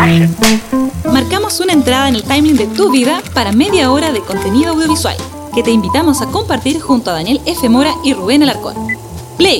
Marcamos una entrada en el timeline de tu vida para media hora de contenido audiovisual que te invitamos a compartir junto a Daniel F. Mora y Rubén Alarcón. ¡Play!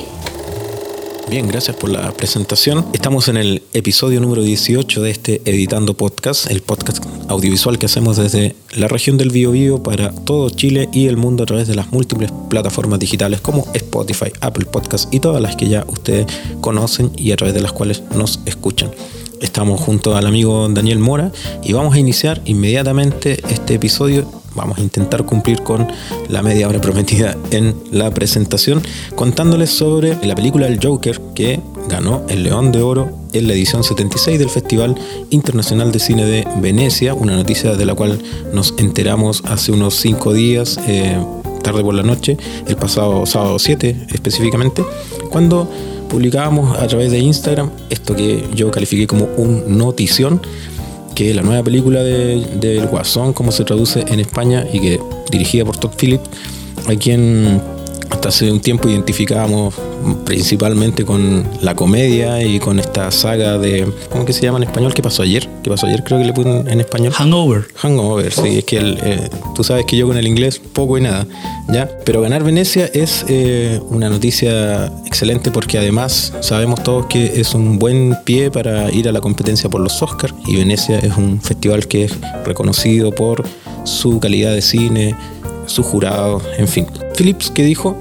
Bien, gracias por la presentación. Estamos en el episodio número 18 de este Editando Podcast, el podcast audiovisual que hacemos desde la región del Biobío para todo Chile y el mundo a través de las múltiples plataformas digitales como Spotify, Apple Podcasts y todas las que ya ustedes conocen y a través de las cuales nos escuchan. Estamos junto al amigo Daniel Mora y vamos a iniciar inmediatamente este episodio. Vamos a intentar cumplir con la media hora prometida en la presentación, contándoles sobre la película El Joker, que ganó el León de Oro en la edición 76 del Festival Internacional de Cine de Venecia, una noticia de la cual nos enteramos hace unos 5 días, tarde por la noche, el pasado sábado 7 específicamente, cuando publicábamos a través de Instagram esto que yo califiqué como un notición, que la nueva película del Guasón, como se traduce en España, y que dirigida por Todd Phillips, a quien hasta hace un tiempo identificábamos principalmente con la comedia y con esta saga de, ¿cómo que se llama en español? ¿Qué pasó ayer? Creo que le puse en español. Hangover, sí, es que tú sabes que yo con el inglés poco y nada, ¿ya? Pero ganar Venecia es una noticia excelente porque además sabemos todos que es un buen pie para ir a la competencia por los Oscars, y Venecia es un festival que es reconocido por su calidad de cine, su jurado, en fin. Phillips, que dijo,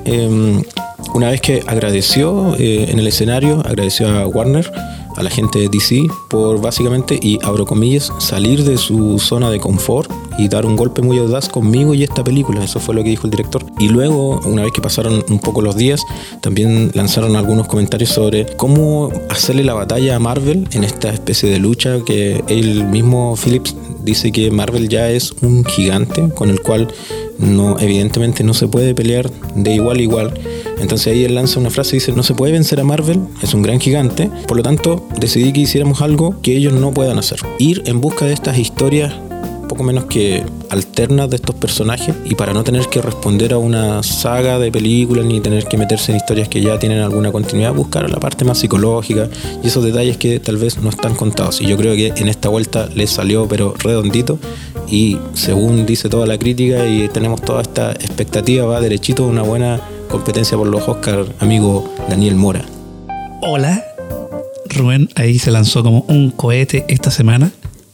una vez que agradeció en el escenario, agradeció a Warner, a la gente de DC, por básicamente, y abro comillas, salir de su zona de confort y dar un golpe muy audaz conmigo y esta película. Eso fue lo que dijo el director. Y luego, una vez que pasaron un poco los días, también lanzaron algunos comentarios sobre cómo hacerle la batalla a Marvel en esta especie de lucha que él mismo, Phillips, dice que Marvel ya es un gigante con el cual evidentemente no se puede pelear de igual a igual. Entonces ahí él lanza una frase y dice: no se puede vencer a Marvel, es un gran gigante, por lo tanto decidí que hiciéramos algo que ellos no puedan hacer, ir en busca de estas historias poco menos que alternas de estos personajes, y para no tener que responder a una saga de películas ni tener que meterse en historias que ya tienen alguna continuidad, buscar la parte más psicológica y esos detalles que tal vez no están contados. Y yo creo que en esta vuelta les salió pero redondito, y según dice toda la crítica y tenemos toda esta expectativa, va derechito a una buena competencia por los Oscars, amigo Daniel Mora. Hola, Rubén ahí se lanzó como un cohete esta semana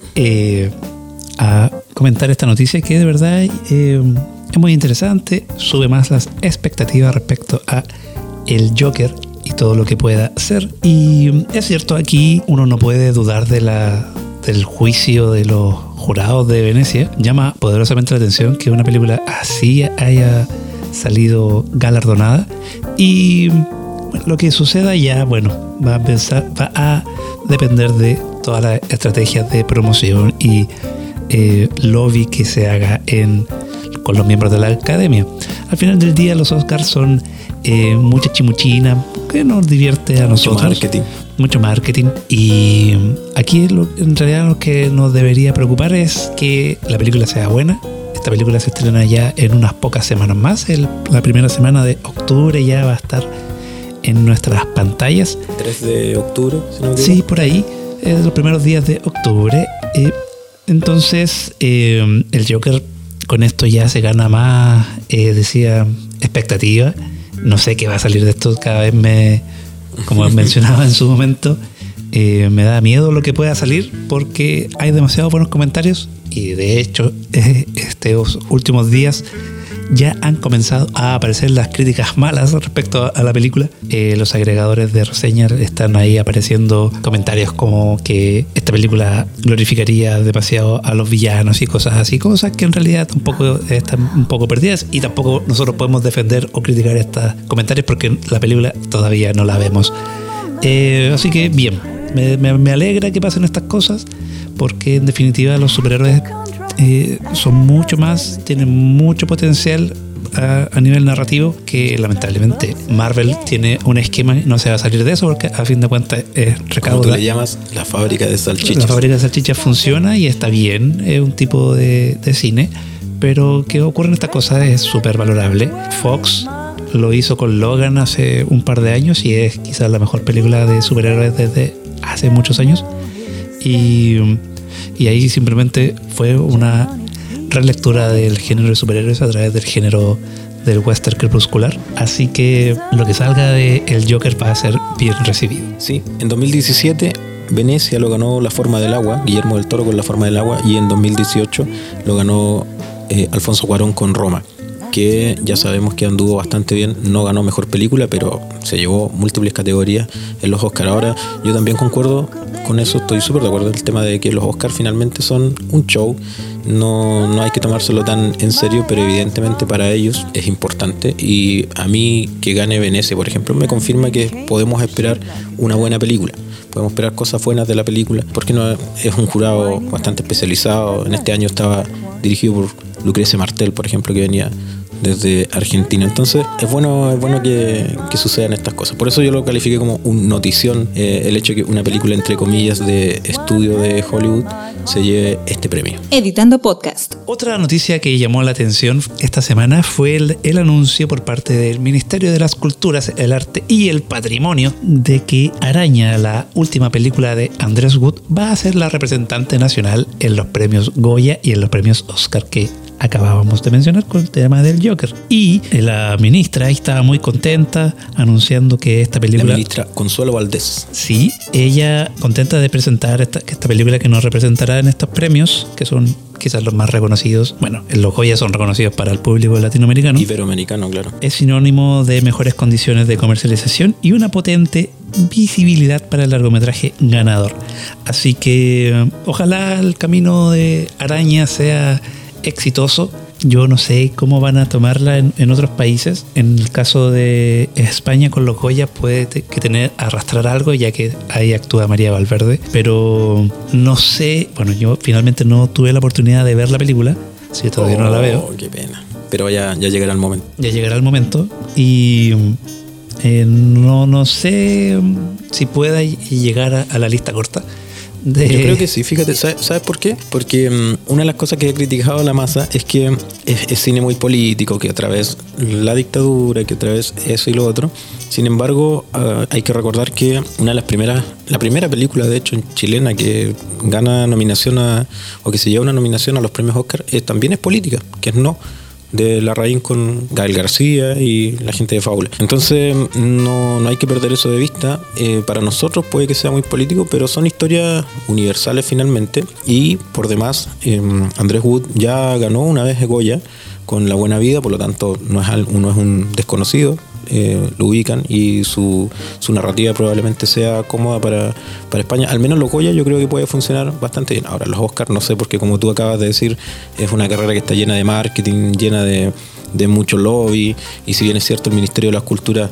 a comentar esta noticia que de verdad es muy interesante, sube más las expectativas respecto a el Joker y todo lo que pueda ser. Y es cierto, aquí uno no puede dudar del juicio de los jurados de Venecia. Llama poderosamente la atención que una película así haya salido galardonada, y lo que suceda ya, bueno, va a depender de todas las estrategias de promoción y lobby que se haga con los miembros de la academia. Al final del día los Oscars son mucha chimuchina que nos divierte a nosotros, mucho marketing, y aquí en realidad lo que nos debería preocupar es que la película sea buena. Esta película se estrena ya en unas pocas semanas más. La primera semana de octubre ya va a estar en nuestras pantallas. 3 de octubre, si no me equivoco. Sí, por ahí, los primeros días de octubre. Entonces, el Joker con esto ya se gana más, decía, expectativa. No sé qué va a salir de esto. Cada vez como mencionaba en su momento, me da miedo lo que pueda salir porque hay demasiados buenos comentarios. Y de hecho, estos últimos días ya han comenzado a aparecer las críticas malas respecto a la película. Los agregadores de reseñas están ahí apareciendo comentarios como que esta película glorificaría demasiado a los villanos y cosas así, cosas que en realidad tampoco están un poco perdidas, y tampoco nosotros podemos defender o criticar estos comentarios porque la película todavía no la vemos. Así que bien, me alegra que pasen estas cosas, porque en definitiva los superhéroes son mucho más, tienen mucho potencial a nivel narrativo, que lamentablemente Marvel tiene un esquema y no se va a salir de eso, porque a fin de cuentas recauda. ¿Cómo tú le llamas? La fábrica de salchichas. La fábrica de salchichas funciona y está bien, es un tipo de cine, pero que ocurren estas cosas es súper valorable. Fox lo hizo con Logan hace un par de años y es quizás la mejor película de superhéroes desde hace muchos años. y ahí simplemente fue una relectura del género de superhéroes a través del género del western crepuscular. Así que lo que salga de El Joker va a ser bien recibido. Sí, en 2017 Venecia lo ganó La Forma del Agua, Guillermo del Toro con La Forma del Agua, y en 2018 lo ganó Alfonso Cuarón con Roma, que ya sabemos que anduvo bastante bien. No ganó mejor película, pero se llevó múltiples categorías en los Oscar. Ahora, yo también concuerdo con eso, estoy súper de acuerdo en el tema de que los Oscar finalmente son un show. No hay que tomárselo tan en serio, pero evidentemente para ellos es importante. Y a mí que gane Venecia, por ejemplo, me confirma que podemos esperar una buena película. Podemos esperar cosas buenas de la película, porque no es un jurado bastante especializado. En este año estaba dirigido por Lucrecia Martel, por ejemplo, que venía desde Argentina. Entonces es bueno que sucedan estas cosas. Por eso yo lo califiqué como un notición, el hecho de que una película entre comillas de estudio de Hollywood se lleve este premio. Editando Podcast. Otra noticia que llamó la atención esta semana fue el anuncio por parte del Ministerio de las Culturas, el Arte y el Patrimonio de que Araña, la última película de Andrés Wood, va a ser la representante nacional en los premios Goya y en los premios Oscar que acabábamos de mencionar con el tema del Joker. Y la ministra ahí estaba muy contenta anunciando que esta película... La ministra Consuelo Valdés. Sí, ella contenta de presentar esta película que nos representará en estos premios, que son quizás los más reconocidos. Bueno, los Goya son reconocidos para el público latinoamericano. Iberoamericano, claro. Es sinónimo de mejores condiciones de comercialización y una potente visibilidad para el largometraje ganador. Así que ojalá el camino de Araña sea exitoso. Yo no sé cómo van a tomarla en otros países. En el caso de España con los Goya puede arrastrar algo, ya que ahí actúa María Valverde, pero no sé. Bueno, yo finalmente no tuve la oportunidad de ver la película, si todavía no la veo. Qué pena. Pero ya llegará el momento. Ya llegará el momento y no sé si pueda llegar a la lista corta. Yo creo que sí, fíjate, ¿sabes por qué? Porque una de las cosas que he criticado a la masa es que es cine muy político, que otra vez la dictadura, que otra vez eso y lo otro. Sin embargo, hay que recordar que la primera película, de hecho, chilena que gana nominación o que se lleva una nominación a los premios Oscar, también es política, que es No, de Larraín con Gael García y la gente de Fábula. Entonces no hay que perder eso de vista. Para nosotros puede que sea muy político, pero son historias universales finalmente. Y por demás, Andrés Wood ya ganó una vez Goya con La Buena Vida, por lo tanto no es un desconocido. Lo ubican y su narrativa probablemente sea cómoda para España. Al menos los Goya yo creo que puede funcionar bastante bien. Ahora los Oscars no sé, porque como tú acabas de decir, es una carrera que está llena de marketing, llena de mucho lobby, y si bien es cierto el Ministerio de las Culturas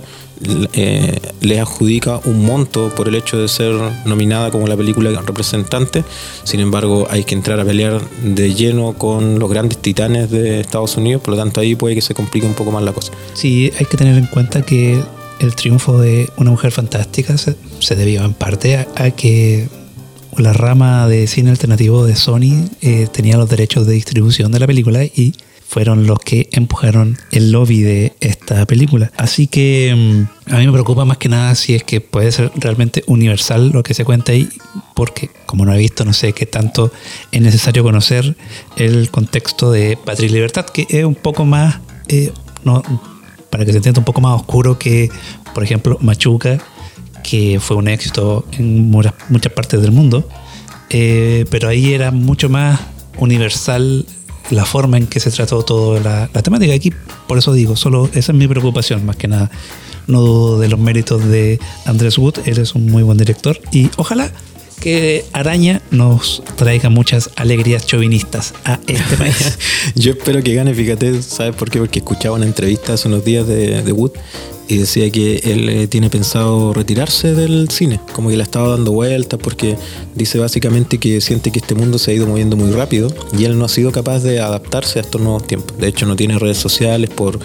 les adjudica un monto por el hecho de ser nominada como la película representante, sin embargo hay que entrar a pelear de lleno con los grandes titanes de Estados Unidos, por lo tanto ahí puede que se complique un poco más la cosa. Sí, hay que tener en cuenta que el triunfo de Una Mujer Fantástica se debió en parte a que la rama de cine alternativo de Sony tenía los derechos de distribución de la película y fueron los que empujaron el lobby de esta película. Así que a mí me preocupa más que nada si es que puede ser realmente universal lo que se cuenta ahí, porque como no he visto, no sé qué tanto es necesario conocer el contexto de Patria y Libertad, que es un poco más, para que se entienda, un poco más oscuro que, por ejemplo, Machuca, que fue un éxito en muchas partes del mundo, pero ahí era mucho más universal la forma en que se trató toda la temática. Aquí, por eso digo, solo esa es mi preocupación, más que nada. No dudo de los méritos de Andrés Wood, él es un muy buen director y ojalá que Araña nos traiga muchas alegrías chauvinistas a este país. Yo espero que gane, fíjate, ¿sabes por qué? Porque escuchaba una entrevista hace unos días de Wood y decía que él tiene pensado retirarse del cine, como que le estaba dando vueltas, porque dice básicamente que siente que este mundo se ha ido moviendo muy rápido y él no ha sido capaz de adaptarse a estos nuevos tiempos. De hecho no tiene redes sociales por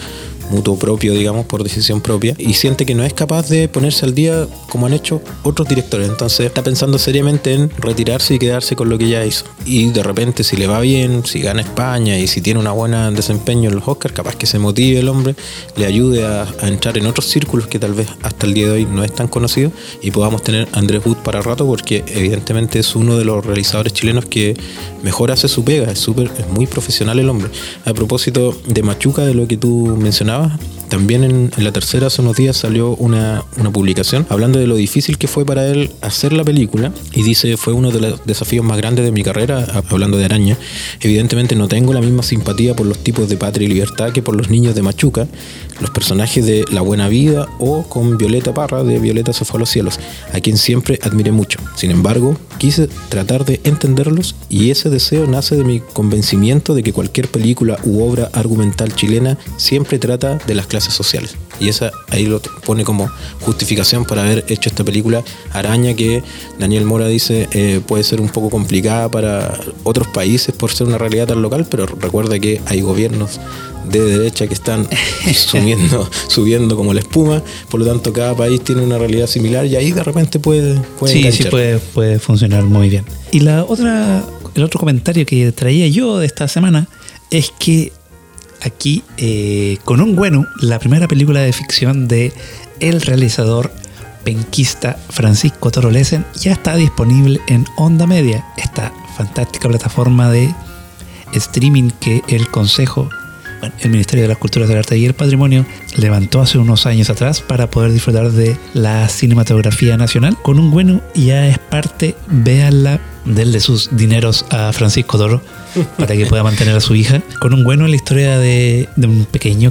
mutuo propio, digamos, por decisión propia, y siente que no es capaz de ponerse al día como han hecho otros directores. Entonces está pensando seriamente en retirarse y quedarse con lo que ya hizo. Y de repente, si le va bien, si gana España y si tiene una buena desempeño en los Oscars, capaz que se motive el hombre, le ayude a entrar en otros círculos que tal vez hasta el día de hoy no es tan conocido, y podamos tener a Andrés Wood para rato, porque evidentemente es uno de los realizadores chilenos que mejor hace su pega. Es muy profesional el hombre. A propósito de Machuca, de lo que tú mencionabas, también en la tercera hace unos días salió una publicación hablando de lo difícil que fue para él hacer la película, y dice: fue uno de los desafíos más grandes de mi carrera, hablando de Araña. Evidentemente no tengo la misma simpatía por los tipos de Patria y Libertad que por los niños de Machuca, los personajes de La Buena Vida, o con Violeta Parra de Violeta se fue a los cielos, a quien siempre admiré mucho. Sin embargo, quise tratar de entenderlos, y ese deseo nace de mi convencimiento de que cualquier película u obra argumental chilena siempre trata de las clases sociales. Y esa ahí lo pone como justificación para haber hecho esta película Araña, que Daniel Mora dice puede ser un poco complicada para otros países por ser una realidad tan local, pero recuerda que hay gobiernos de derecha que están subiendo como la espuma, por lo tanto cada país tiene una realidad similar, y ahí de repente puede puede funcionar muy bien. Y el otro comentario que traía yo de esta semana es que aquí, Con un Güenu, la primera película de ficción de el realizador penquista Francisco Toro Lesen, ya está disponible en Onda Media, esta fantástica plataforma de streaming que el Ministerio de las Culturas, del Arte y el Patrimonio levantó hace unos años atrás para poder disfrutar de la cinematografía nacional. Con un Güenu ya es parte, véanla, denle sus dineros a Francisco Toro para que pueda mantener a su hija. Con un Güenu es la historia de un pequeño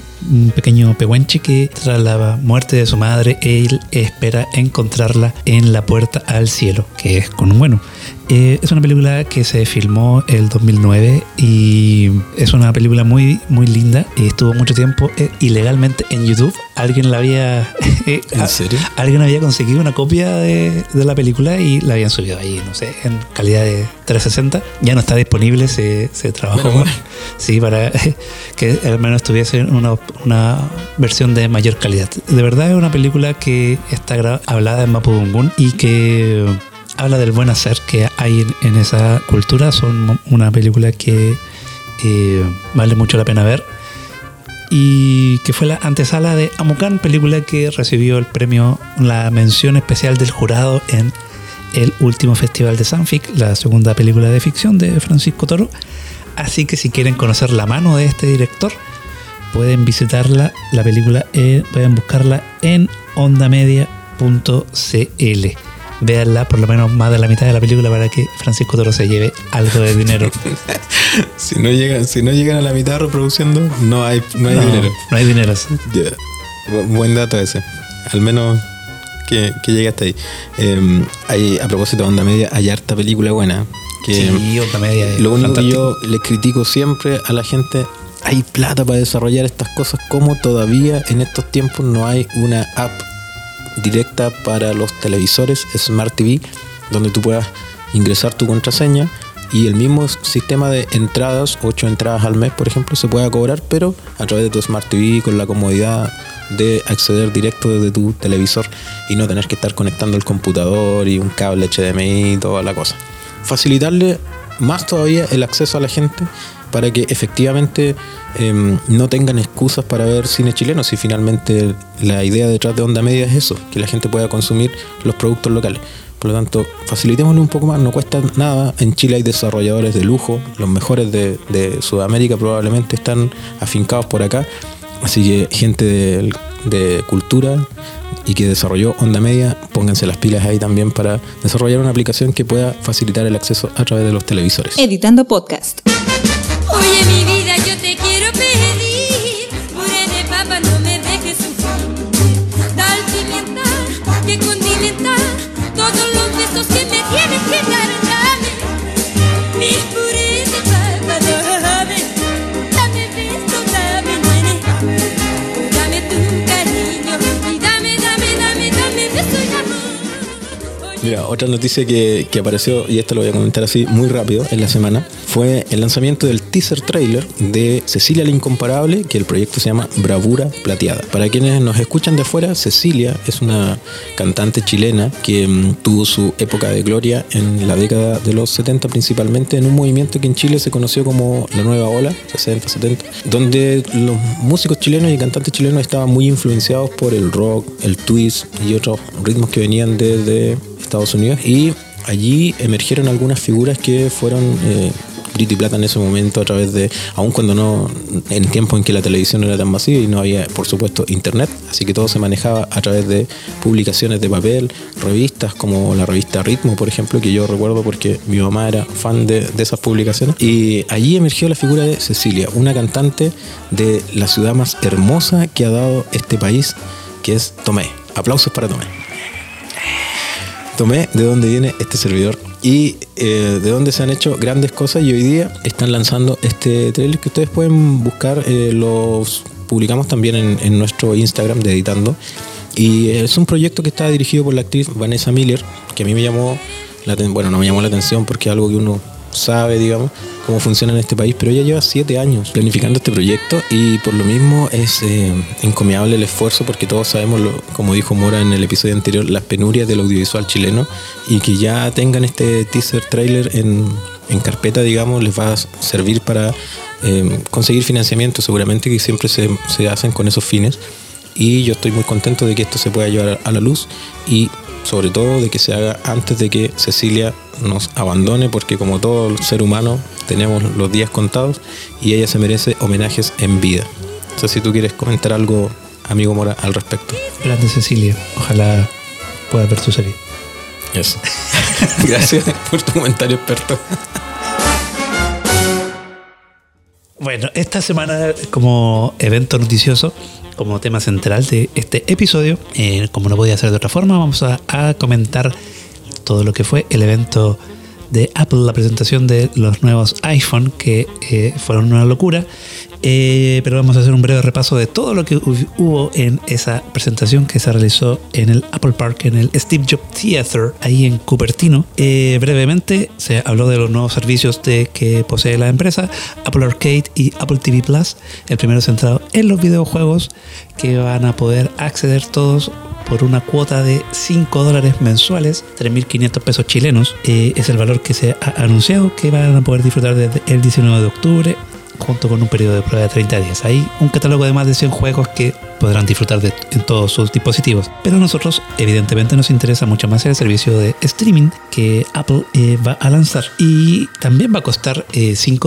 pehuenche que tras la muerte de su madre, él espera encontrarla en la puerta al cielo, que es Con un Güenu. Es una película que se filmó el 2009 y es una película muy, muy linda. Estuvo mucho tiempo ilegalmente en YouTube. Alguien la había... ¿En serio? Alguien había conseguido una copia de la película y la habían subido ahí, no sé, en calidad de 360. Ya no está disponible, se trabajó sí, para que al menos tuviese una versión de mayor calidad. De verdad es una película que está hablada en mapudungún y que habla del buen hacer que hay en esa cultura. Son una película que vale mucho la pena ver, y que fue la antesala de Amucán, película que recibió el premio, la mención especial del jurado en el último festival de Sanfic, la segunda película de ficción de Francisco Toro. Así que si quieren conocer la mano de este director, pueden visitarla, la película, pueden buscarla en ondamedia.cl. Véanla, por lo menos más de la mitad de la película, para que Francisco Toro se lleve algo de dinero. Si no llegan a la mitad reproduciendo, no hay dinero. No hay dinero. ¿Sí? Yeah. Buen dato ese. Al menos que llegue hasta ahí. A propósito de Onda Media, hay harta película buena. Sí, Onda Media. Lo único fantástico. que yo le critico siempre a la gente: hay plata para desarrollar estas cosas, como todavía en estos tiempos no hay una app directa para los televisores Smart TV donde tú puedas ingresar tu contraseña y el mismo sistema de entradas, 8 entradas al mes por ejemplo, se pueda cobrar, pero a través de tu Smart TV, con la comodidad de acceder directo desde tu televisor y no tener que estar conectando el computador y un cable HDMI y toda la cosa. Facilitarle más todavía el acceso a la gente para que efectivamente no tengan excusas para ver cine chileno, si finalmente la idea detrás de Onda Media es eso, que la gente pueda consumir los productos locales. Por lo tanto, facilitémosle un poco más, no cuesta nada. En Chile hay desarrolladores de lujo, los mejores de Sudamérica probablemente están afincados por acá, así que gente de cultura y que desarrolló Onda Media, pónganse las pilas ahí también para desarrollar una aplicación que pueda facilitar el acceso a través de los televisores. Editando Podcast. Oye, mi vida, yo te quiero pedir, puré de papa, no me dejes sufrir. Dal pimienta, que condimenta todos los besos que me tienes que dar. Dame mis purés de papa, dame beso, dame nene, dame tu cariño y dame beso y amor. Mira, otra noticia que apareció, y esto lo voy a comentar así muy rápido, en la semana, fue el lanzamiento del teaser trailer de Cecilia la Incomparable, que el proyecto se llama Bravura Plateada. Para quienes nos escuchan de fuera, Cecilia es una cantante chilena que tuvo su época de gloria en la década de los 70, principalmente en un movimiento que en Chile se conoció como la Nueva Ola, 60, 70, donde los músicos chilenos y cantantes chilenos estaban muy influenciados por el rock, el twist y otros ritmos que venían desde Estados Unidos, y allí emergieron algunas figuras que fueron grito y plata en ese momento, a través de, aun cuando no, en tiempos en que la televisión no era tan masiva y no había, por supuesto, internet, así que todo se manejaba a través de publicaciones de papel, revistas como la revista Ritmo, por ejemplo, que yo recuerdo porque mi mamá era fan de esas publicaciones, y allí emergió la figura de Cecilia, una cantante de la ciudad más hermosa que ha dado este país, que es Tomé. Aplausos para Tomé. Tomé, de donde viene este servidor y de donde se han hecho grandes cosas, y hoy día están lanzando este trailer que ustedes pueden buscar, los publicamos también en nuestro Instagram de Editando, y es un proyecto que está dirigido por la actriz Vanessa Miller, que a mí me llamó no me llamó la atención porque es algo que uno sabe, digamos, cómo funciona en este país, pero ella lleva 7 años planificando este proyecto, y por lo mismo es encomiable el esfuerzo, porque todos sabemos, como dijo Mora en el episodio anterior, las penurias del audiovisual chileno, y que ya tengan este teaser trailer en carpeta, digamos, les va a servir para conseguir financiamiento, seguramente, que siempre se hacen con esos fines, y yo estoy muy contento de que esto se pueda llevar a la luz, y sobre todo de que se haga antes de que Cecilia nos abandone, porque como todo ser humano tenemos los días contados y ella se merece homenajes en vida. No sé si tú quieres comentar algo, amigo Mora, al respecto. Grande Cecilia, ojalá pueda ver tu serie. Eso. Gracias por tu comentario, experto. Bueno, esta semana, como evento noticioso, como tema central de este episodio, como no podía ser de otra forma, vamos a comentar todo lo que fue el evento de Apple, la presentación de los nuevos iPhone, que fueron una locura, pero vamos a hacer un breve repaso de todo lo que hubo en esa presentación que se realizó en el Apple Park, en el Steve Jobs Theater, ahí en Cupertino. Brevemente se habló de los nuevos servicios que posee la empresa, Apple Arcade y Apple TV Plus, el primero centrado en los videojuegos, que van a poder acceder todos por una cuota de $5 mensuales, 3.500 pesos chilenos. Es el valor que se ha anunciado, que van a poder disfrutar desde el 19 de octubre, junto con un periodo de prueba de 30 días. Hay un catálogo de más de 100 juegos que podrán disfrutar en todos sus dispositivos. Pero a nosotros, evidentemente, nos interesa mucho más el servicio de streaming que Apple va a lanzar. Y también va a costar $5,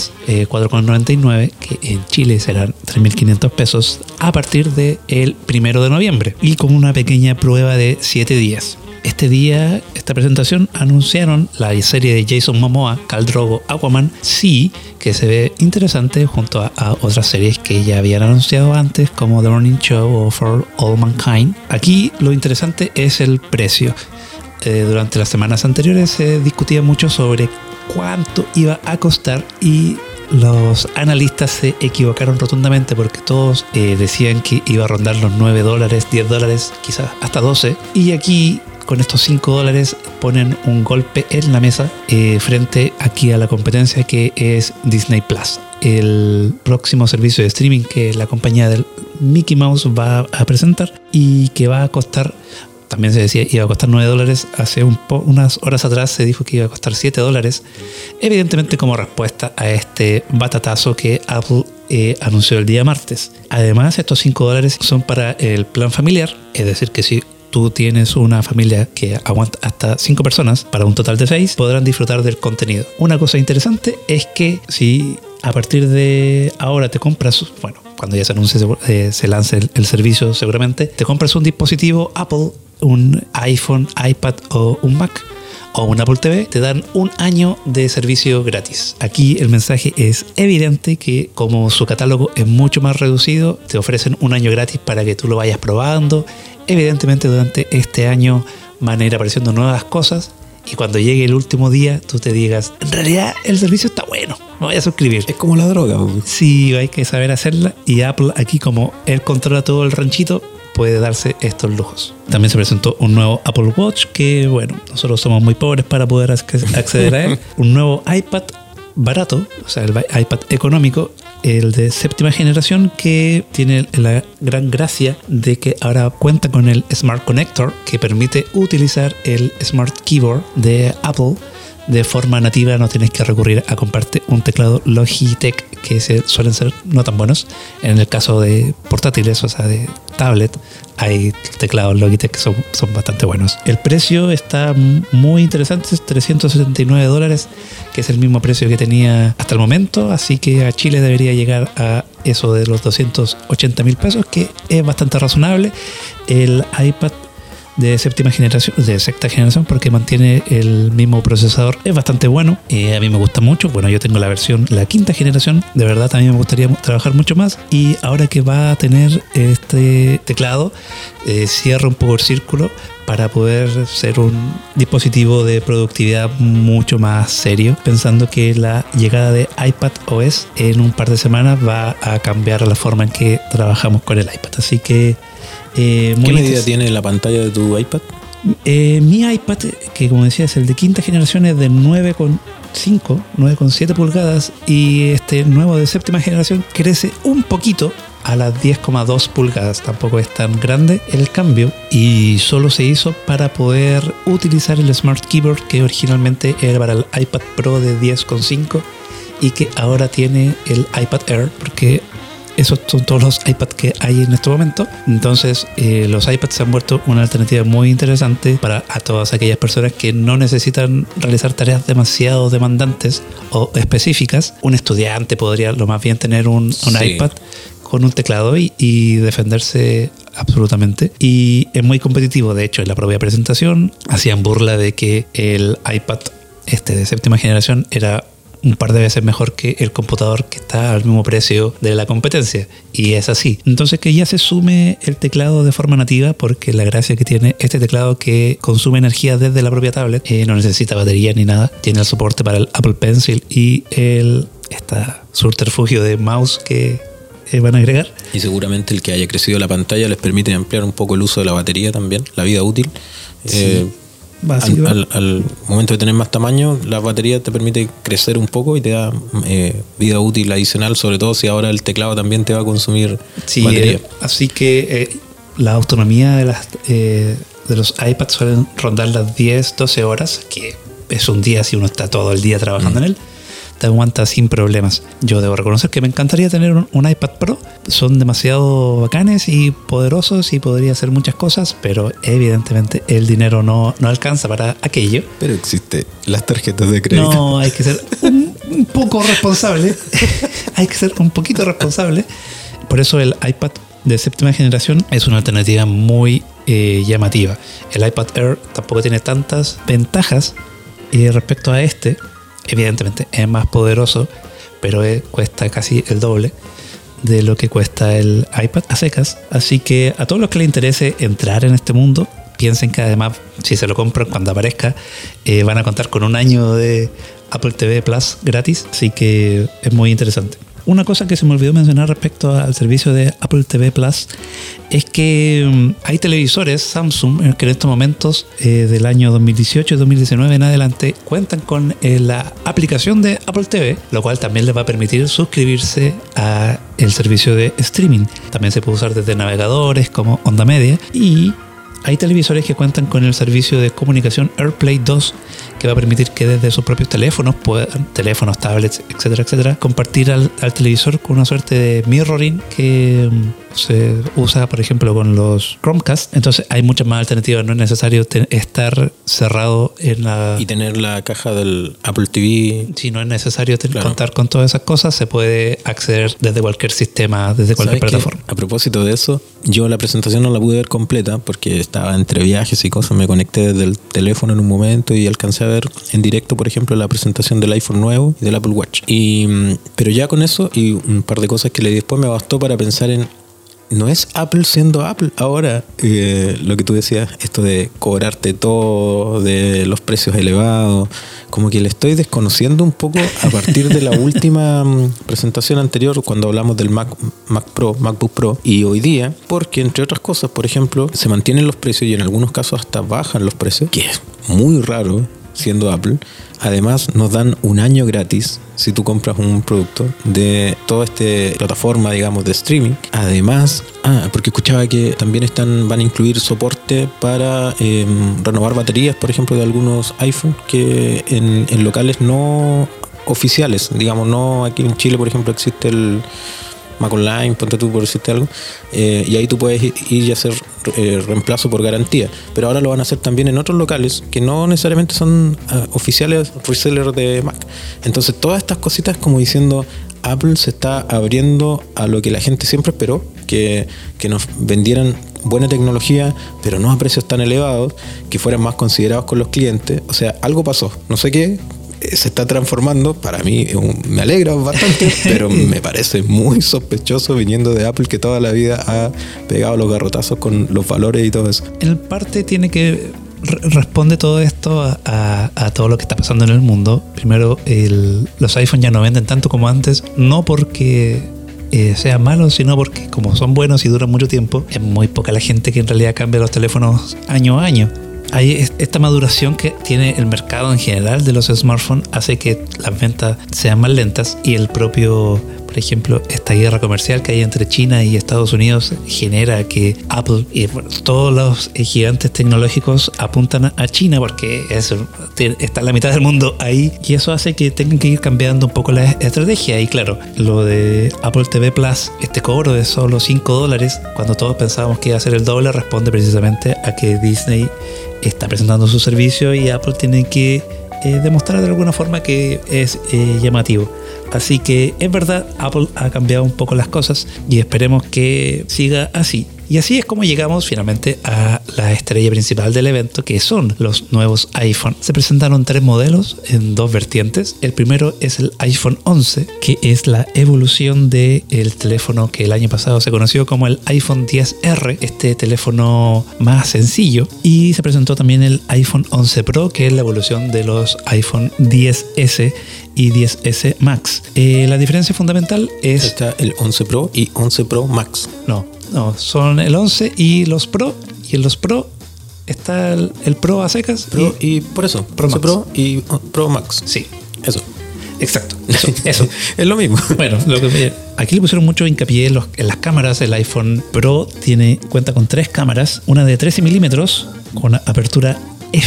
4,99, que en Chile serán 3.500 pesos a partir del 1 de noviembre. Y con una pequeña prueba de 7 días. Este día, esta presentación, anunciaron la serie de Jason Momoa, Khal Drogo, Aquaman, sí, que se ve interesante junto a otras series que ya habían anunciado antes, como The Morning Show o For All Mankind. Aquí lo interesante es el precio. Durante las semanas anteriores se discutía mucho sobre cuánto iba a costar, y los analistas se equivocaron rotundamente, porque todos decían que iba a rondar los $9, $10, quizás hasta 12, y aquí con estos $5 ponen un golpe en la mesa frente aquí a la competencia, que es Disney Plus, el próximo servicio de streaming que la compañía del Mickey Mouse va a presentar, y que va a costar, también se decía iba a costar $9, hace unas horas atrás se dijo que iba a costar $7, evidentemente como respuesta a este batatazo que Apple anunció el día martes. Además, estos $5 son para el plan familiar, es decir, que si tú tienes una familia que aguanta hasta 5 personas, para un total de 6, podrán disfrutar del contenido. Una cosa interesante es que si a partir de ahora te compras, bueno, cuando ya se anuncie, se lance el servicio seguramente, te compras un dispositivo Apple, un iPhone, iPad o un Mac o un Apple TV, te dan 1 año de servicio gratis. Aquí el mensaje es evidente, que como su catálogo es mucho más reducido, te ofrecen 1 año gratis para que tú lo vayas probando. Evidentemente durante este año van a ir apareciendo nuevas cosas, y cuando llegue el último día tú te digas, en realidad el servicio está bueno, me voy a suscribir. Es como la droga. Sí, hay que saber hacerla, y Apple aquí, como él controla todo el ranchito, puede darse estos lujos. También se presentó un nuevo Apple Watch que, bueno, nosotros somos muy pobres para poder acceder a él. Un nuevo iPad barato, o sea, el iPad económico, el de 7ª generación, que tiene la gran gracia de que ahora cuenta con el Smart Connector, que permite utilizar el Smart Keyboard de Apple de forma nativa. No tienes que recurrir a comprarte un teclado Logitech, que suelen ser no tan buenos. En el caso de portátiles, o sea, de tablet, hay teclados Logitech que son bastante buenos. El precio está muy interesante, es $379, que es el mismo precio que tenía hasta el momento, así que a Chile debería llegar a eso de los 280.000 pesos, que es bastante razonable. El iPad de 7ª generación, de 6ª generación, porque mantiene el mismo procesador, es bastante bueno. A mí me gusta mucho. Bueno, yo tengo la 5ª generación. De verdad, también me gustaría trabajar mucho más. Y ahora que va a tener este teclado, cierra un poco el círculo para poder ser un dispositivo de productividad mucho más serio, pensando que la llegada de iPad OS en un par de semanas va a cambiar la forma en que trabajamos con el iPad. Así que ¿qué medida tiene la pantalla de tu iPad? Mi iPad, que como decía es el de 5ª generación, es de 9,7 pulgadas, y este nuevo de 7ª generación crece un poquito a las 10,2 pulgadas. Tampoco es tan grande el cambio, y solo se hizo para poder utilizar el Smart Keyboard, que originalmente era para el iPad Pro de 10,5 y que ahora tiene el iPad Air, porque esos son todos los iPads que hay en este momento. Entonces los iPads se han vuelto una alternativa muy interesante para a todas aquellas personas que no necesitan realizar tareas demasiado demandantes o específicas. Un estudiante podría lo más bien tener un iPad con un teclado y defenderse absolutamente. Y es muy competitivo. De hecho, en la propia presentación hacían burla de que el iPad de 7ª generación era un par de veces mejor que el computador que está al mismo precio de la competencia, y es así. Entonces, que ya se sume el teclado de forma nativa, porque la gracia que tiene este teclado, que consume energía desde la propia tablet, no necesita batería ni nada, tiene el soporte para el Apple Pencil y esta subterfugio de mouse que van a agregar. Y seguramente el que haya crecido la pantalla les permite ampliar un poco el uso de la batería también, la vida útil. Sí. Al momento de tener más tamaño, la batería te permite crecer un poco y te da vida útil adicional, sobre todo si ahora el teclado también te va a consumir batería. Así que la autonomía de los iPads suelen rondar las 10-12 horas, que es un día si uno está todo el día trabajando en él. Te aguanta sin problemas. Yo debo reconocer que me encantaría tener un iPad Pro. Son demasiado bacanes y poderosos y podría hacer muchas cosas, pero evidentemente el dinero no alcanza para aquello. Pero existen las tarjetas de crédito. No, hay que ser un poco responsable. Hay que ser un poquito responsable. Por eso el iPad de 7ª generación es una alternativa muy llamativa. El iPad Air tampoco tiene tantas ventajas respecto a este. Evidentemente es más poderoso, pero cuesta casi el doble de lo que cuesta el iPad a secas. Así que a todos los que les interese entrar en este mundo, piensen que además, si se lo compran cuando aparezca, van a contar con un año de Apple TV Plus gratis. Así que es muy interesante. Una cosa que se me olvidó mencionar respecto al servicio de Apple TV Plus es que hay televisores Samsung que en estos momentos del año 2018 y 2019 en adelante cuentan con la aplicación de Apple TV, lo cual también les va a permitir suscribirse a el servicio de streaming. También se puede usar desde navegadores como Onda Media, y hay televisores que cuentan con el servicio de comunicación AirPlay 2, que va a permitir que desde sus propios teléfonos, tablets, etcétera, etcétera, compartir al televisor con una suerte de mirroring que se usa, por ejemplo, con los Chromecast. Entonces hay muchas más alternativas. No es necesario estar cerrado en la... Y tener la caja del Apple TV. Si no es necesario contar con todas esas cosas, se puede acceder desde cualquier sistema, desde cualquier plataforma. A propósito de eso, yo la presentación no la pude ver completa porque estaba entre viajes y cosas. Me conecté desde el teléfono en un momento y alcancé a ver en directo, por ejemplo, la presentación del iPhone nuevo y del Apple Watch. Pero ya con eso y un par de cosas que leí después me bastó para pensar en no es Apple siendo Apple ahora. Lo que tú decías, esto de cobrarte todo, de los precios elevados, como que le estoy desconociendo un poco a partir de la última presentación anterior, cuando hablamos del MacBook Pro, y hoy día, porque entre otras cosas, por ejemplo, se mantienen los precios y en algunos casos hasta bajan los precios, que es muy raro siendo Apple. Además nos dan un año gratis si tú compras un producto de toda esta plataforma, digamos, de streaming. Además, porque escuchaba que también van a incluir soporte para renovar baterías, por ejemplo, de algunos iPhone que en locales no oficiales, digamos, no aquí en Chile, por ejemplo, existe el Mac Online, ponte tú por decirte algo, y ahí tú puedes ir y hacer reemplazo por garantía, pero ahora lo van a hacer también en otros locales que no necesariamente son oficiales resellers de Mac. Entonces todas estas cositas, como diciendo, Apple se está abriendo a lo que la gente siempre esperó, que nos vendieran buena tecnología, pero no a precios tan elevados, que fueran más considerados con los clientes. O sea, algo pasó, no sé qué, se está transformando. Para mí me alegra bastante, pero me parece muy sospechoso viniendo de Apple, que toda la vida ha pegado los garrotazos con los valores y todo eso. En parte tiene que responde todo esto a todo lo que está pasando en el mundo. Primero, los iPhone ya no venden tanto como antes, no porque sean malos, sino porque como son buenos y duran mucho tiempo, es muy poca la gente que en realidad cambia los teléfonos año a año. Hay esta maduración que tiene el mercado en general de los smartphones, hace que las ventas sean más lentas, y el propio, por ejemplo, esta guerra comercial que hay entre China y Estados Unidos genera que Apple y todos los gigantes tecnológicos apuntan a China, porque está la mitad del mundo ahí, y eso hace que tengan que ir cambiando un poco la estrategia. Y claro, lo de Apple TV Plus, este cobro de solo $5, cuando todos pensábamos que iba a ser el doble, responde precisamente a que Disney está presentando su servicio y Apple tiene que demostrar de alguna forma que es llamativo. Así que es verdad, Apple ha cambiado un poco las cosas y esperemos que siga así. Y así es como llegamos finalmente a la estrella principal del evento, que son los nuevos iPhone. Se presentaron 3 modelos en 2 vertientes. El primero es el iPhone 11, que es la evolución del teléfono que el año pasado se conoció como el iPhone XR, este teléfono más sencillo. Y se presentó también el iPhone 11 Pro, que es la evolución de los iPhone XS y XS Max. La diferencia fundamental es... Está el 11 Pro y 11 Pro Max. No, son el 11 y los Pro. Y en los Pro está el Pro a secas. Pro y por eso, Pro 11 Max. Pro y Pro Max. Sí. Eso. Exacto. Eso. Es lo mismo. Bueno, aquí le pusieron mucho hincapié en las cámaras. El iPhone Pro cuenta con 3 cámaras. Una de 13 milímetros con apertura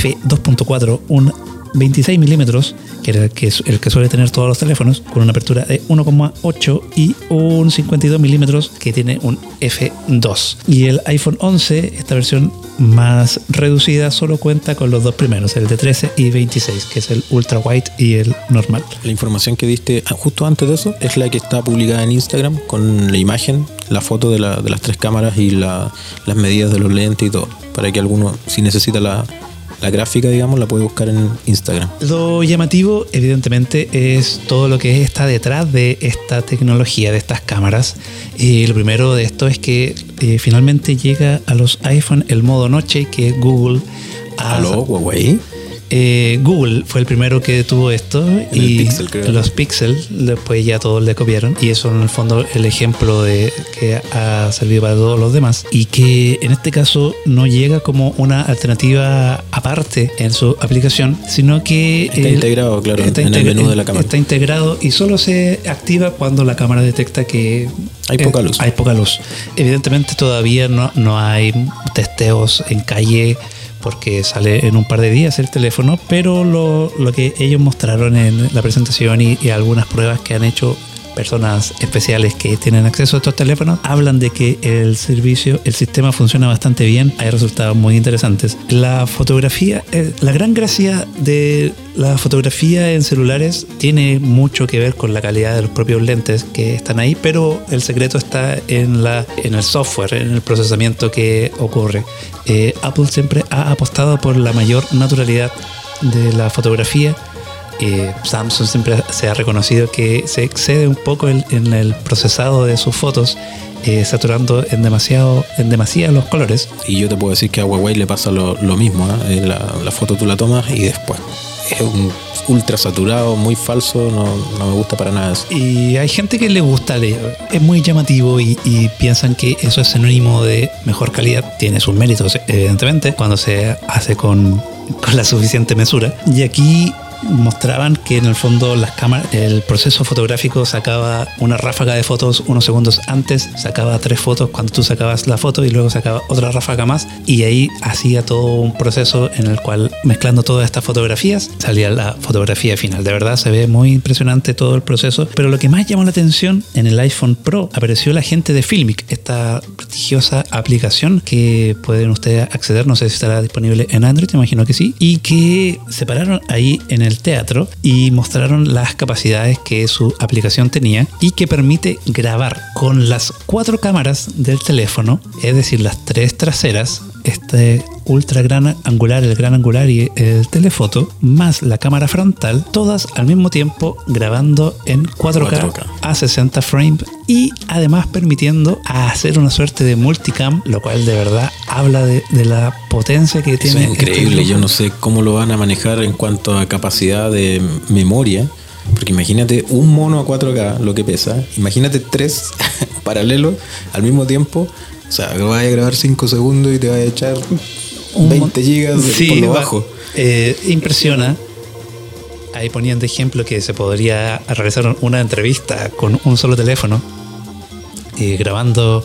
f2.4, un 26 milímetros, que era el que suele tener todos los teléfonos, con una apertura de 1,8 y un 52 milímetros que tiene un f2. Y el iPhone 11, esta versión más reducida, solo cuenta con los 2 primeros, el de 13 y 26, que es el ultra wide y el normal. La información que diste justo antes de eso es la que está publicada en Instagram, con la imagen, la foto de las 3 cámaras y las medidas de los lentes y todo, para que alguno, si necesita la gráfica, digamos, la puede buscar en Instagram. Lo llamativo, evidentemente, es todo lo que está detrás de esta tecnología, de estas cámaras. Lo primero de esto es que finalmente llega a los iPhone el modo noche, que Google... ¿Aló, Huawei? Google fue el primero que tuvo esto, y Pixel, creo. Los Pixel después ya todos le copiaron, y eso en el fondo el ejemplo de que ha servido para todos los demás, y que en este caso no llega como una alternativa aparte en su aplicación, sino que está integrado, claro, en el menú de la cámara. Está integrado y solo se activa cuando la cámara detecta que hay poca luz. Evidentemente todavía no hay testeos en calle, porque sale en un par de días el teléfono, pero lo que ellos mostraron en la presentación y algunas pruebas que han hecho personas especiales que tienen acceso a estos teléfonos, hablan de que el sistema funciona bastante bien. Hay resultados muy interesantes. La fotografía, la gran gracia de la fotografía en celulares tiene mucho que ver con la calidad de los propios lentes que están ahí, pero el secreto está en el software, en el procesamiento que ocurre. Apple siempre ha apostado por la mayor naturalidad de la fotografía, Samsung siempre se ha reconocido que se excede un poco en el procesado de sus fotos, saturando en demasía los colores. Y yo te puedo decir que a Huawei le pasa lo mismo, ¿eh? La foto tú la tomas y después es un ultra saturado, muy falso, no me gusta para nada eso. Y hay gente que le gusta, es muy llamativo y piensan que eso es sinónimo de mejor calidad. Tiene sus méritos, evidentemente, cuando se hace con la suficiente mesura. Y aquí mostraban que en el fondo las cámaras, el proceso fotográfico sacaba una ráfaga de fotos unos segundos antes, sacaba 3 fotos cuando tú sacabas la foto y luego sacaba otra ráfaga más, y ahí hacía todo un proceso en el cual, mezclando todas estas fotografías, salía la fotografía final. De verdad se ve muy impresionante todo el proceso, pero lo que más llamó la atención, en el iPhone Pro apareció la gente de Filmic, esta prestigiosa aplicación que pueden ustedes acceder, no sé si estará disponible en Android, imagino que sí, y que se pararon ahí en el teatro y mostraron las capacidades que su aplicación tenía y que permite grabar con las 4 cámaras del teléfono, es decir, las 3 traseras, este ultra gran angular, el gran angular y el telefoto, más la cámara frontal, todas al mismo tiempo grabando en 4K a 60 frames, y además permitiendo hacer una suerte de multicam, lo cual de verdad habla de la potencia que tiene. Eso es increíble. Yo no sé cómo lo van a manejar en cuanto a capacidad de memoria, porque imagínate un mono a 4K, lo que pesa, imagínate 3 paralelos al mismo tiempo. O sea, que vas a grabar 5 segundos y te vas a echar 20 gigas por lo bajo. Impresiona. Ahí ponían de ejemplo que se podría realizar una entrevista con un solo teléfono, grabando,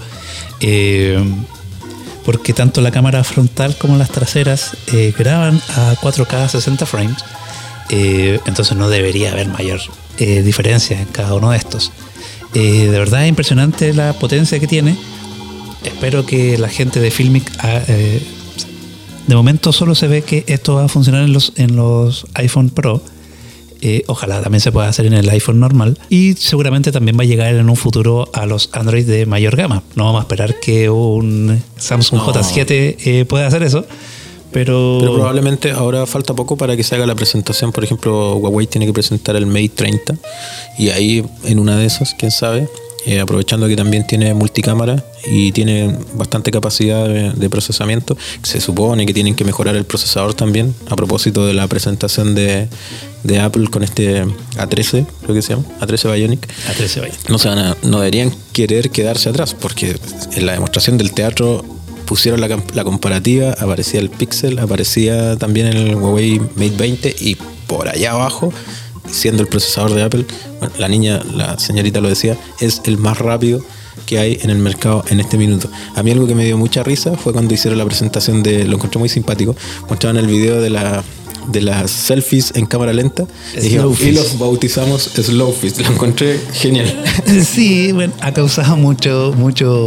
porque tanto la cámara frontal como las traseras graban a 4K 60 frames. Entonces no debería haber mayor diferencia en cada uno de estos. De verdad es impresionante la potencia que tiene. Espero que la gente de Filmic, de momento solo se ve que esto va a funcionar en los iPhone Pro. Ojalá también se pueda hacer en el iPhone normal, y seguramente también va a llegar en un futuro a los Android de mayor gama. No vamos a esperar que un Samsung J7 pueda hacer eso, pero probablemente ahora falta poco para que se haga la presentación. Por ejemplo, Huawei tiene que presentar el Mate 30 y ahí en una de esas, quién sabe, aprovechando que también tiene multicámara y tiene bastante capacidad de procesamiento, se supone que tienen que mejorar el procesador también, a propósito de la presentación de Apple con este A13, creo que se llama, A13 Bionic. No deberían querer quedarse atrás, porque en la demostración del teatro pusieron la comparativa, aparecía el Pixel, aparecía también el Huawei Mate 20, y por allá abajo, siendo el procesador de Apple, bueno, la señorita lo decía, es el más rápido que hay en el mercado en este minuto. A mí algo que me dio mucha risa fue cuando hicieron la presentación lo encontré muy simpático, mostraban el video de las selfies en cámara lenta y los bautizamos Slowfish. Lo encontré genial. Sí, bueno, ha causado mucho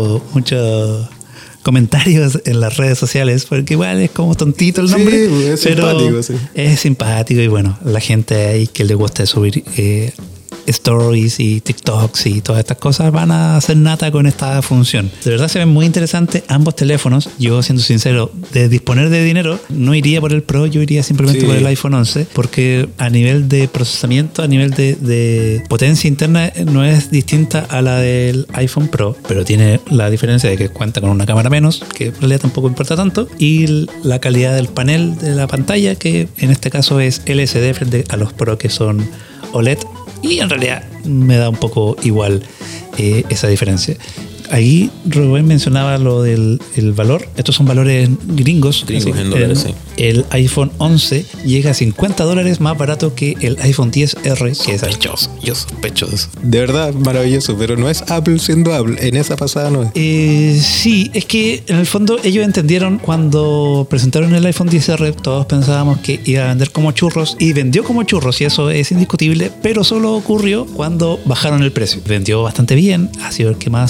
comentarios en las redes sociales, porque igual es como tontito el nombre, sí, es simpático, sí. Es simpático, y bueno, la gente ahí que le gusta subir stories y TikToks y todas estas cosas van a hacer nata con esta función. De verdad se ven muy interesantes ambos teléfonos. Yo, siendo sincero, de disponer de dinero, no iría por el Pro, yo iría simplemente por el iPhone 11, porque a nivel de procesamiento, a nivel de potencia interna, no es distinta a la del iPhone Pro, pero tiene la diferencia de que cuenta con una cámara menos, que en realidad tampoco importa tanto, y la calidad del panel de la pantalla, que en este caso es LCD frente a los Pro que son OLED. Y en realidad me da un poco igual esa diferencia. Ahí Rubén mencionaba lo del valor. Estos son valores gringos en dólares, sí. El iPhone 11 llega a $50 más barato que el iPhone XR. Sospechoso. Yo sospecho de eso. De verdad, maravilloso. Pero no es Apple siendo Apple. En esa pasada no es. Sí, es que en el fondo ellos entendieron cuando presentaron el iPhone XR, todos pensábamos que iba a vender como churros, y vendió como churros, y eso es indiscutible, pero solo ocurrió cuando bajaron el precio. Vendió bastante bien, ha sido el que más ha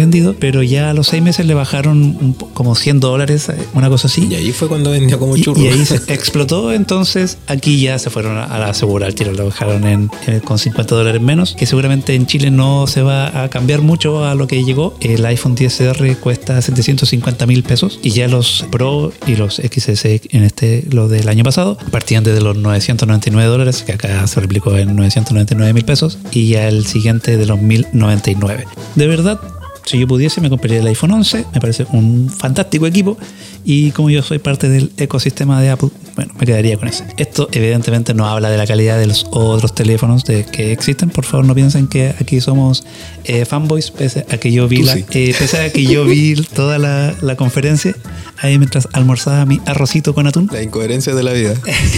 vendido, pero ya a los 6 meses le bajaron como $100, una cosa así. Y ahí fue cuando vendió como churro. Y ahí se explotó. Entonces aquí ya se fueron a la asegura al tiro, lo bajaron con $50 menos, que seguramente en Chile no se va a cambiar mucho a lo que llegó. El iPhone XR cuesta $750,000 y ya los Pro y los XS lo del año pasado partían desde los $999, que acá se replicó en $999,000, y ya el siguiente de los $1,099. De verdad, si yo pudiese me compraría el iPhone 11, me parece un fantástico equipo, y como yo soy parte del ecosistema de Apple, bueno, me quedaría con ese. Esto evidentemente no habla de la calidad de los otros teléfonos que existen. Por favor, no piensen que aquí somos fanboys, pese a que yo vi toda la conferencia ahí mientras almorzaba mi arrocito con atún. La incoherencia de la vida.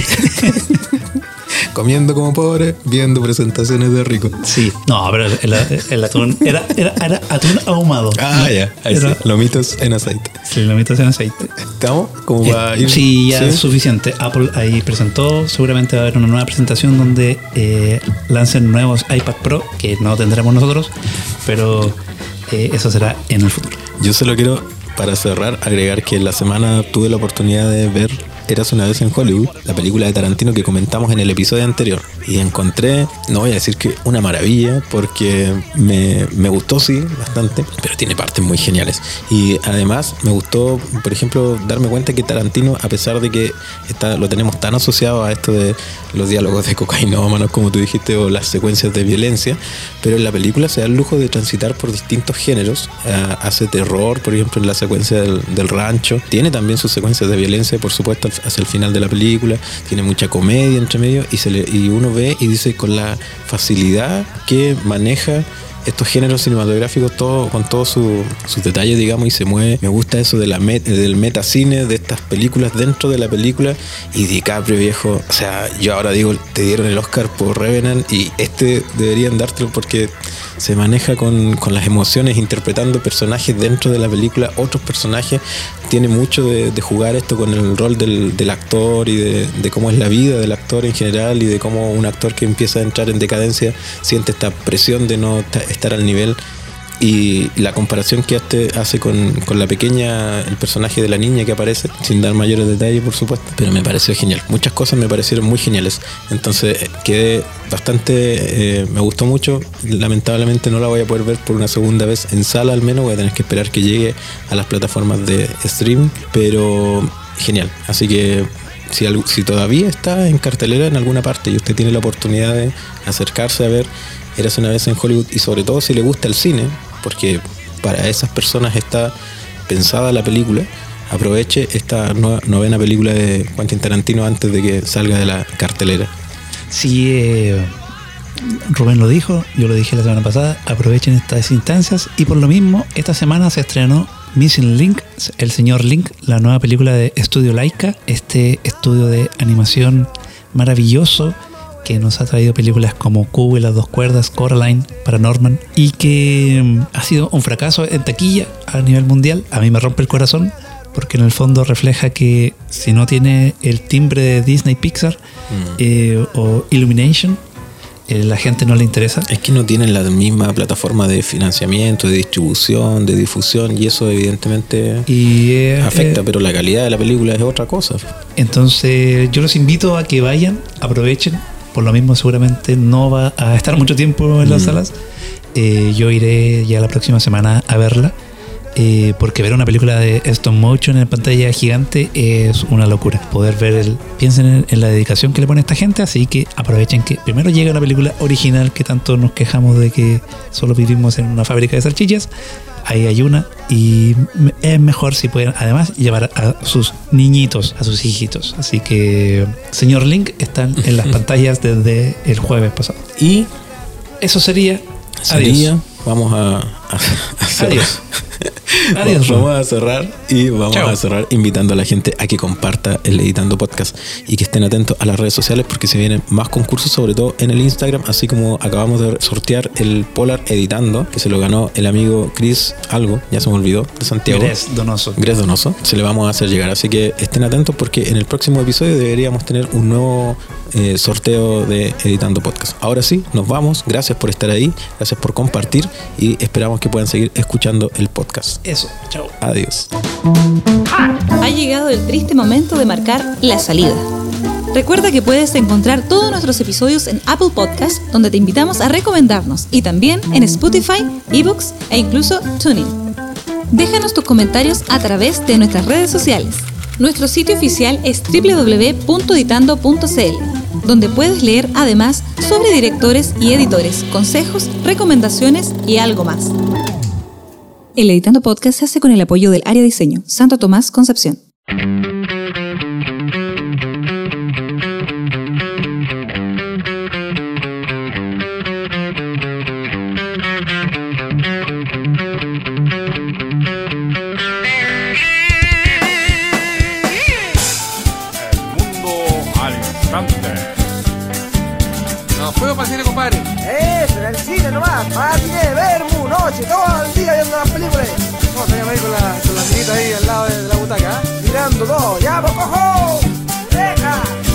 Comiendo como pobre, viendo presentaciones de rico. Sí, no, pero el atún era atún ahumado. Ah, ya, ahí sí. Lomitos en aceite. Sí, lomitos en aceite. ¿Estamos? ¿Cómo va a ir? Sí, ya es suficiente. Apple ahí presentó, seguramente va a haber una nueva presentación donde lancen nuevos iPad Pro, que no tendremos nosotros, pero eso será en el futuro. Yo solo quiero, para cerrar, agregar que la semana tuve la oportunidad de ver Érase una vez en Hollywood, la película de Tarantino que comentamos en el episodio anterior, y encontré, no voy a decir que una maravilla, porque me gustó, sí, bastante, pero tiene partes muy geniales. Y además me gustó, por ejemplo, darme cuenta que Tarantino, a pesar de que lo tenemos tan asociado a esto de los diálogos de cocainómanos, como tú dijiste, o las secuencias de violencia, pero en la película se da el lujo de transitar por distintos géneros. Hace terror, por ejemplo, en la secuencia del rancho, tiene también sus secuencias de violencia, por supuesto, hacia el final de la película, tiene mucha comedia entre medio, y uno ve y dice con la facilidad que maneja estos géneros cinematográficos con todos sus detalles, digamos, y se mueve. Me gusta eso del metacine, de estas películas dentro de la película. Y DiCaprio, viejo, o sea, yo ahora digo, te dieron el Oscar por Revenant y deberían dártelo porque se maneja con las emociones, interpretando personajes dentro de la película, otros personajes. Tiene mucho de jugar esto con el rol del actor y de cómo es la vida del actor en general, y de cómo un actor que empieza a entrar en decadencia siente esta presión de no estar al nivel. Y la comparación que hace con la pequeña, el personaje de la niña que aparece, sin dar mayores detalles, por supuesto, pero me pareció genial. Muchas cosas me parecieron muy geniales. Entonces quedé bastante, me gustó mucho. Lamentablemente no la voy a poder ver por una segunda vez en sala, al menos voy a tener que esperar que llegue a las plataformas de stream, pero genial. Así que si todavía está en cartelera en alguna parte y usted tiene la oportunidad de acercarse a ver Érase una vez en Hollywood, y sobre todo si le gusta el cine, porque para esas personas está pensada la película, aproveche esta novena película de Quentin Tarantino antes de que salga de la cartelera. Sí, Rubén lo dijo, yo lo dije la semana pasada, aprovechen estas instancias, y por lo mismo esta semana se estrenó Missing Link, el señor Link, la nueva película de Estudio Laika, este estudio de animación maravilloso que nos ha traído películas como Cubo y las dos cuerdas, Coraline, Paranorman, y que ha sido un fracaso en taquilla a nivel mundial. A mí me rompe el corazón, porque en el fondo refleja que si no tiene el timbre de Disney Pixar o Illumination, la gente no le interesa. Es que no tienen la misma plataforma de financiamiento, de distribución, de difusión, y eso evidentemente afecta, pero la calidad de la película es otra cosa. Entonces yo los invito a que vayan, aprovechen. Por lo mismo seguramente no va a estar mucho tiempo en las salas. Yo iré ya la próxima semana a verla, porque ver una película de stop motion en pantalla gigante es una locura. Poder ver piensen en la dedicación que le pone esta gente, así que aprovechen que primero llega una película original, que tanto nos quejamos de que solo vivimos en una fábrica de salchichas. Ahí hay una, y es mejor si pueden además llevar a sus niñitos, a sus hijitos. Así que señor Link están en las pantallas desde el jueves pasado. Y eso sería. Adiós. Vamos a hacer. Adiós. Adiós. Vamos a cerrar y vamos Chao. a cerrar invitando a la gente a que comparta el Editando Podcast y que estén atentos a las redes sociales porque se vienen más concursos, sobre todo en el Instagram, así como acabamos de sortear el Polar Editando, que se lo ganó el amigo Chris algo, ya se me olvidó, de Santiago. Gres Donoso. Gres Donoso. Se le vamos a hacer llegar, así que estén atentos porque en el próximo episodio deberíamos tener un nuevo sorteo de Editando Podcast. Ahora sí, nos vamos. Gracias por estar ahí, gracias por compartir y esperamos que puedan seguir escuchando el podcast. Eso, chao. Adiós. Ha llegado el triste momento de marcar la salida. Recuerda que puedes encontrar todos nuestros episodios en Apple Podcast, donde te invitamos a recomendarnos, y también en Spotify, eBooks e incluso TuneIn. Déjanos tus comentarios a través de nuestras redes sociales. Nuestro sitio oficial es www.editando.cl, donde puedes leer además sobre directores y editores, consejos, recomendaciones y algo más. El Editando Podcast se hace con el apoyo del Área Diseño, Santo Tomás, Concepción. Nos fuimos para el cine, compadre. Eso, en el cine nomás, matiné, vermú, noche, todo el día viendo las películas. Vamos a ahí con la minita ahí al lado de la butaca, mirando todo, ya, pues cojo, deja.